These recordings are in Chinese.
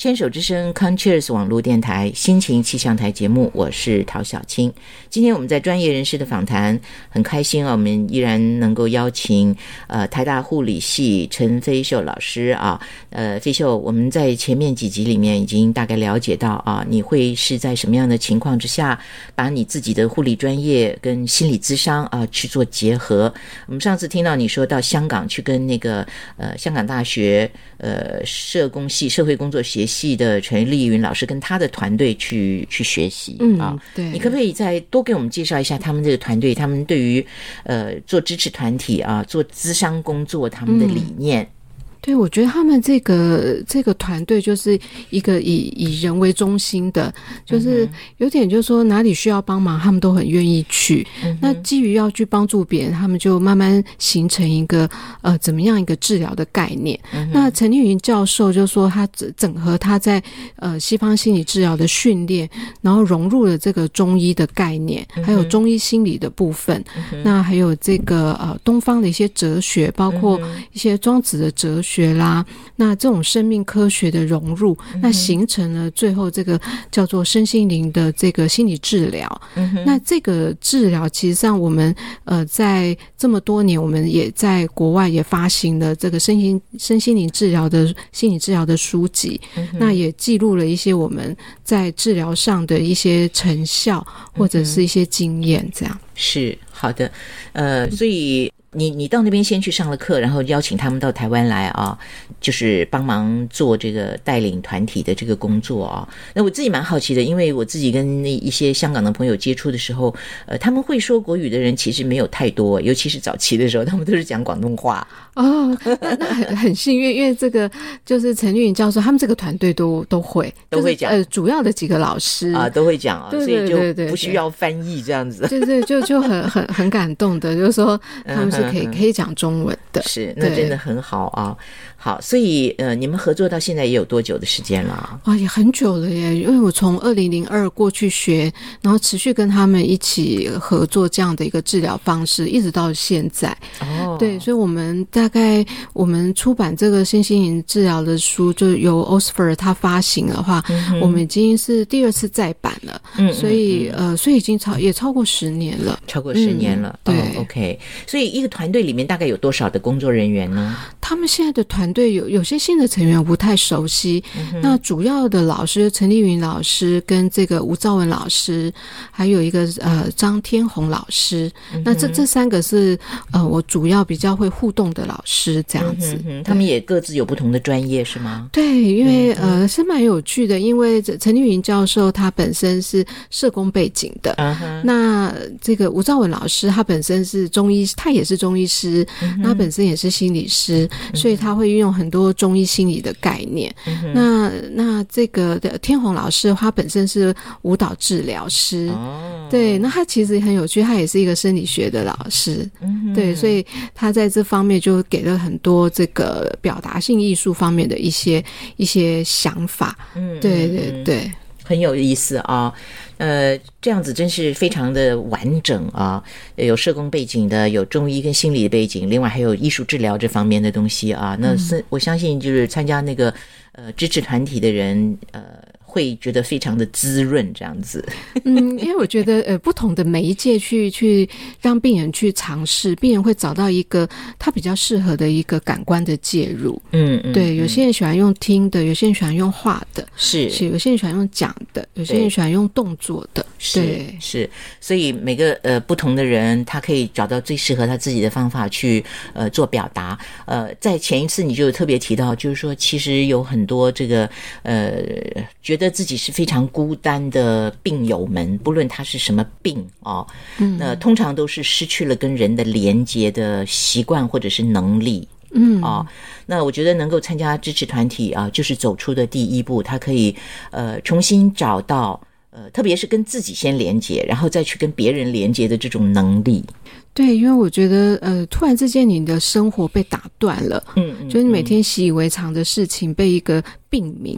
牵手之声 Concheers 网络电台心情气象台节目，我是陶晓清。今天我们在专业人士的访谈，很开心啊，我们依然能够邀请台大护理系陈飞秀老师啊。飞秀，我们在前面几集里面已经大概了解到啊，你会是在什么样的情况之下，把你自己的护理专业跟心理咨商啊去做结合。我们上次听到你说到香港去跟那个香港大学社工系社会工作学系的陈丽云老师跟他的团队去学习啊。 对， 你可不可以再多给我们介绍一下他们这个团队，他们对于做支持团体啊，做咨商工作他们的理念？ 对，我觉得他们这个团队就是一个以人为中心的，就是有点就是说哪里需要帮忙，他们都很愿意去。那基于要去帮助别人，他们就慢慢形成一个怎么样一个治疗的概念。那陈丽云教授就说他整合他在西方心理治疗的训练，然后融入了这个中医的概念，还有中医心理的部分。那还有这个东方的一些哲学，包括一些庄子的哲学啦，那这种生命科学的融入，那形成了最后这个叫做身心灵的这个心理治疗。那这个治疗其实上我们在这么多年，我们也在国外也发行了这个身心灵治疗的心理治疗的书籍，那也记录了一些我们在治疗上的一些成效或者是一些经验，这样。 是好的，所以你到那边先去上了课，然后邀请他们到台湾来啊，就是帮忙做这个带领团体的这个工作啊。那我自己蛮好奇的，因为我自己跟一些香港的朋友接触的时候，他们会说国语的人其实没有太多，尤其是早期的时候，他们都是讲广东话。 哦，那很幸运，因为这个就是陈丽云教授，他们这个团队都会讲，主要的几个老师啊都会讲啊， 对所以就不需要翻译这样子。 对，就很感动的，就是说他们是可以讲中文的， 是，那真的很好啊。好，所以你们合作到现在也有多久的时间了？ 也很久了耶，因为我从2002过去学，然后持续跟他们一起合作这样的一个治疗方式，一直到现在。对，所以我们大概我们出版这个身心灵治疗的书，就由 Oxford 他发行的话，我们已经是第2次再版了。所以已经也超过10年了， 超过10年了。对，OK。所以一个团队里面大概有多少的工作人员呢？ 他们现在的团队有些新的成员我不太熟悉，那主要的老师陈丽云老师跟这个吴兆文老师，还有一个张天红老师，那这3个是我主要比较会互动的老师这样子。 他们也各自有不同的专业是吗？ 对，因为是蛮有趣的，因为陈丽云教授他本身是社工背景的，那这个吴兆文老师他本身是中医，他也是中医师，他本身也是心理师，所以他会运用很多中医心理的概念。那这个天红老师他本身是舞蹈治疗师，对，那他其实很有趣，他也是一个生理学的老师，对，所以他在这方面就给了很多这个表达性艺术方面的一些想法。对， 很有意思啊。这样子真是非常的完整啊，有社工背景的，有中医跟心理的背景，另外还有艺术治疗这方面的东西啊。那是我相信就是参加那个支持团体的人会觉得非常的滋润这样子。 因为我觉得不同的媒介去让病人去尝试，病人会找到一个他比较适合的一个感官的介入。对，有些人喜欢用听的，有些人喜欢用画的，是有些人喜欢用讲的，有些人喜欢用动作的。 是，所以每个不同的人他可以找到最适合他自己的方法去做表达。在前一次你就特别提到，就是说其实有很多这个觉得自己是非常孤单的病友们，不论他是什么病那通常都是失去了跟人的连接的习惯或者是能力。那我觉得能够参加支持团体啊，就是走出的第一步，他可以重新找到特别是跟自己先连接，然后再去跟别人连接的这种能力。 对，因为我觉得突然之间你的生活被打断了，就是你每天习以为常的事情被一个病名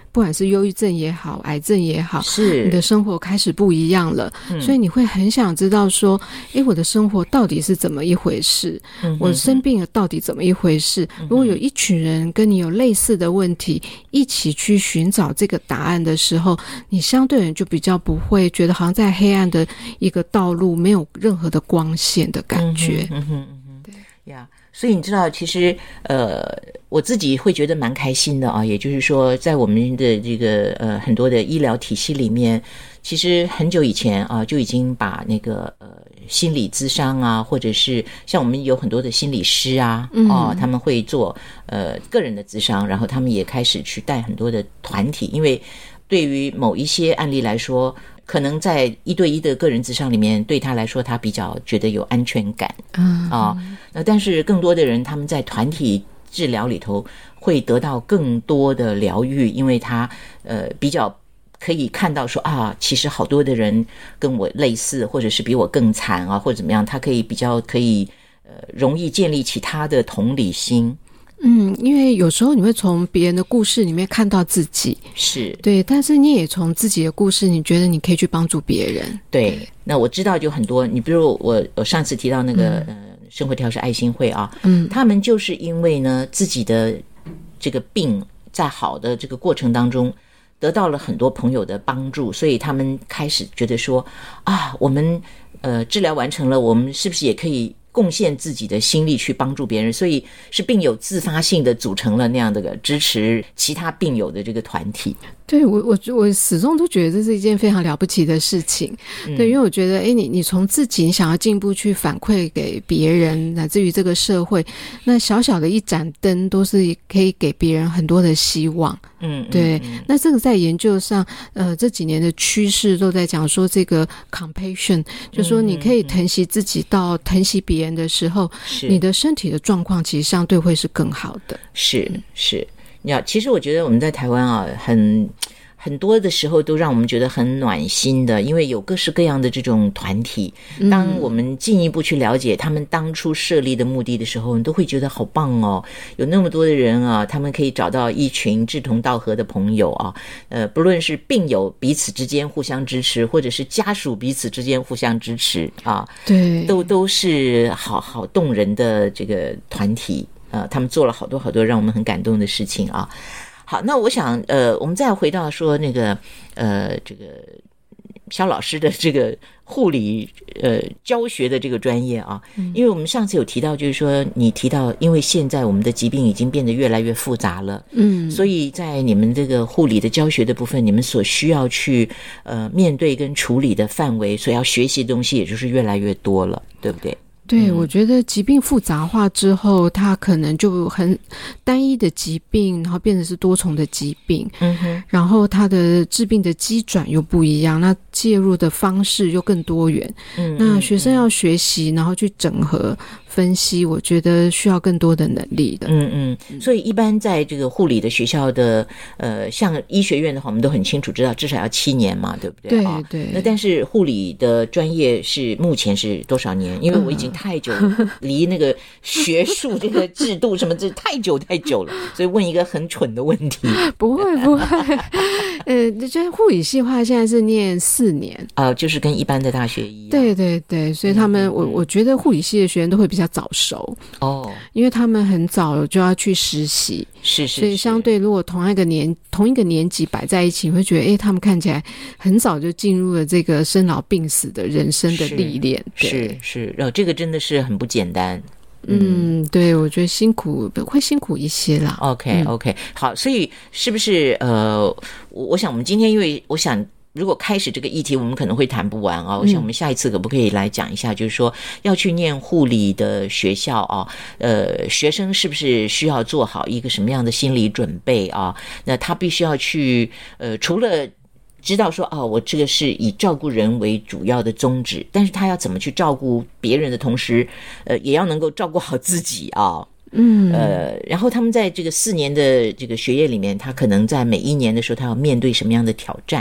不管是忧郁症也好，癌症也好， 是你的生活开始不一样了，所以你会很想知道说，我的生活到底是怎么一回事？我生病了到底怎么一回事？如果有一群人跟你有类似的问题，一起去寻找这个答案的时候，你相对人就比较不会觉得好像在黑暗的一个道路没有任何的光线的感觉。 对呀。所以你知道，其实我自己会觉得蛮开心的啊。也就是说，在我们的这个很多的医疗体系里面，其实很久以前啊就已经把那个心理咨商啊，或者是像我们有很多的心理师啊，他们会做个人的咨商，然后他们也开始去带很多的团体，因为对于某一些案例来说，可能在一对一的个人咨商里面，对他来说他比较觉得有安全感那但是更多的人他们在团体治疗里头会得到更多的疗愈，因为他比较可以看到说其实好多的人跟我类似，或者是比我更惨啊，或者怎么样，他可以比较容易建立起他的同理心。 因为有时候你会从别人的故事里面看到自己， 是对，但是你也从自己的故事，你觉得你可以去帮助别人。 对，那我知道就很多，你比如我上次提到那个生活调试爱心会啊，他们就是因为呢自己的这个病在好的这个过程当中得到了很多朋友的帮助，所以他们开始觉得说我们治疗完成了，我们是不是也可以贡献自己的心力去帮助别人，所以是病友自发性的组成了那样的支持其他病友的这个团体。 对，我始终都觉得这是一件非常了不起的事情。对，因为我觉得你从自己你想要进步去反馈给别人，乃至于这个社会，那小小的一盏灯都是可以给别人很多的希望。对，那这个在研究上这几年的趋势都在讲说这个 compassion， 就说你可以疼惜自己到疼惜别人的时候，你的身体的状况其实相对会是更好的。是其实我觉得我们在台湾很多的时候都让我们觉得很暖心的，因为有各式各样的这种团体，当我们进一步去了解他们当初设立的目的的时候，你都会觉得好棒哦，有那么多的人他们可以找到一群志同道合的朋友不论是病友彼此之间互相支持，或者是家属彼此之间互相支持对， 都是好动人的这个团体他们做了好多好多让我们很感动的事情好，那我想我们再回到说那个这个肖老师的这个护理教学的这个专业因为我们上次有提到，就是说你提到因为现在我们的疾病已经变得越来越复杂了所以在你们这个护理的教学的部分，你们所需要去面对跟处理的范围，所要学习的东西也就是越来越多了，对不对？ 对，我觉得疾病复杂化之后，它可能就很单一的疾病，然后变成是多重的疾病然后它的治病的机转又不一样，那介入的方式又更多元那学生要学习然后去整合分析，我觉得需要更多的能力的所以一般在这个护理的学校的像医学院的话，我们都很清楚知道至少要7年嘛，对不对？ 对那但是护理的专业是目前是多少年？因为我已经太久离那个学术这个制度什么这太久了，所以问一个很蠢的问题。 不会就是护理系的话现在是念4年就是跟一般的大学一样。 对，所以他们我觉得护理系的学生都会比较早熟因为他们很早就要去实习， 是所以相对如果同一个年级摆在一起，你会觉得他们看起来很早就进入了这个生老病死的人生的历练。 是这个真的是很不简单。 对，我觉得会辛苦一些啦。 OK， 好，所以是不是我想我们今天因为我想如果开始这个议题我们可能会谈不完我想我们下一次可不可以来讲一下就是说要去念护理的学校学生是不是需要做好一个什么样的心理准备那他必须要去除了知道说我这个是以照顾人为主要的宗旨，但是他要怎么去照顾别人的同时也要能够照顾好自己然后他们在这个4年的这个学业里面，他可能在每一年的时候他要面对什么样的挑战？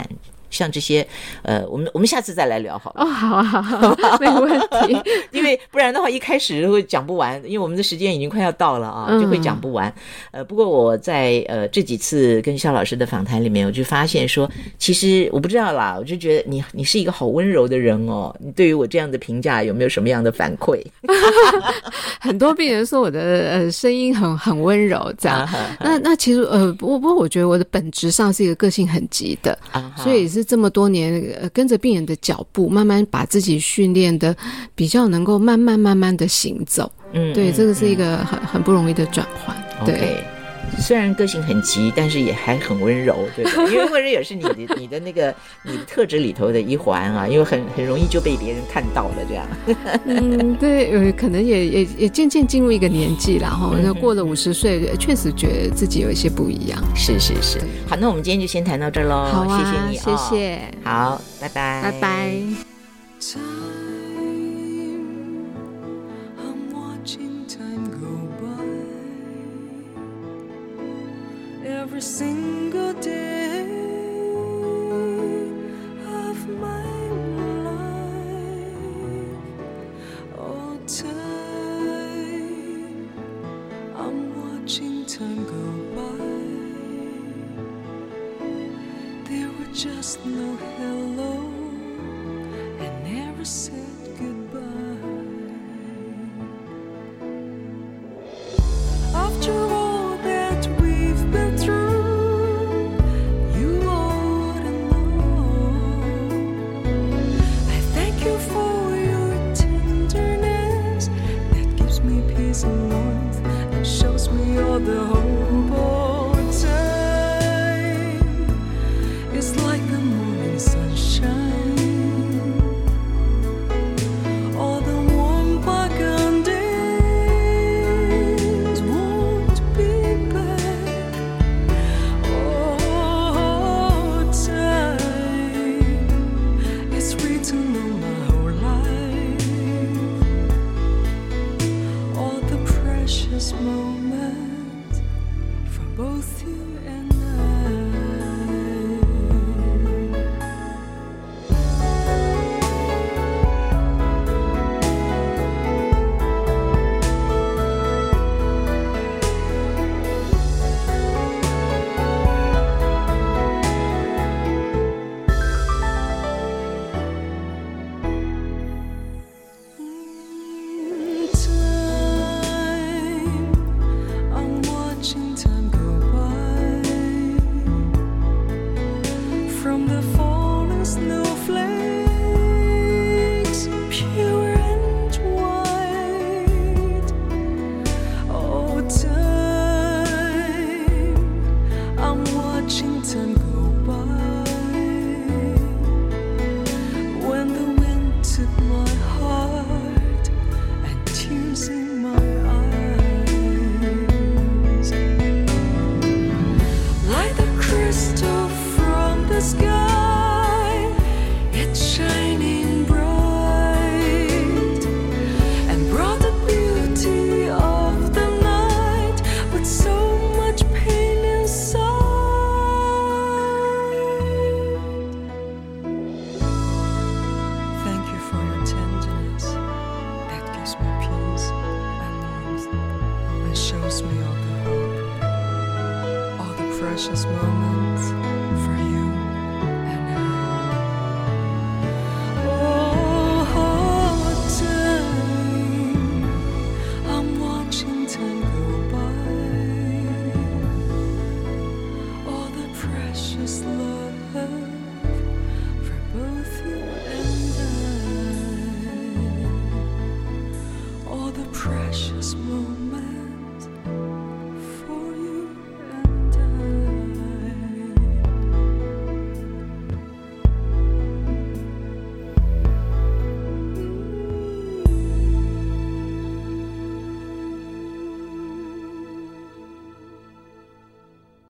像这些我们下次再来聊好了。 好啊好啊，没问题。 因为不然的话一开始会讲不完，因为我们的时间已经快要到了啊，就会讲不完。不过我在这几次跟肖老师的访谈里面，我就发现说，其实我不知道啦，我就觉得你是一个好温柔的人哦。你对于我这样的评价有没有什么样的反馈？ 很多病人说我的声音很温柔，这样。那其实不过我觉得我的本质上是一个个性很急的，所以也是这么多年跟着病人的脚步，慢慢把自己训练的比较能够慢慢的行走。对，这个是一个很不容易的转换。对。 Okay.虽然个性很急，但是也还很温柔，对吧？因为温柔也是你的那个你的特质里头的一环啊，因为很容易就被别人看到了这样。 对，可能也渐渐进入一个年纪了哈，过了50岁，确实觉得自己有一些不一样。 是。好，那我们今天就先谈到这儿喽。 好啊， 谢谢你谢谢。 好，拜拜， 拜拜。 Every single day of my life, oh time, I'm watching time go by. There were just no hello and never said goodbye. After all that we've been through, you ought to know. I thank you for your tenderness that gives me peace and warmth and shows me all the hope. All time is like the morning sunshine. All the warm bygone days won't be back. Oh, time is written on my whole life. All the precious moments for both you and I. Time, I'm watching time go by. From the falling snowflakes, pure and white. Oh, time, I'm watching time go by. When the wind took my heart and tears in my eyes, like the crystal from the sky, it's shining bright and brought the beauty of the night, but so much pain inside. Thank you for your tenderness that gives me peace and warmth and shows me all the hope, all the precious moments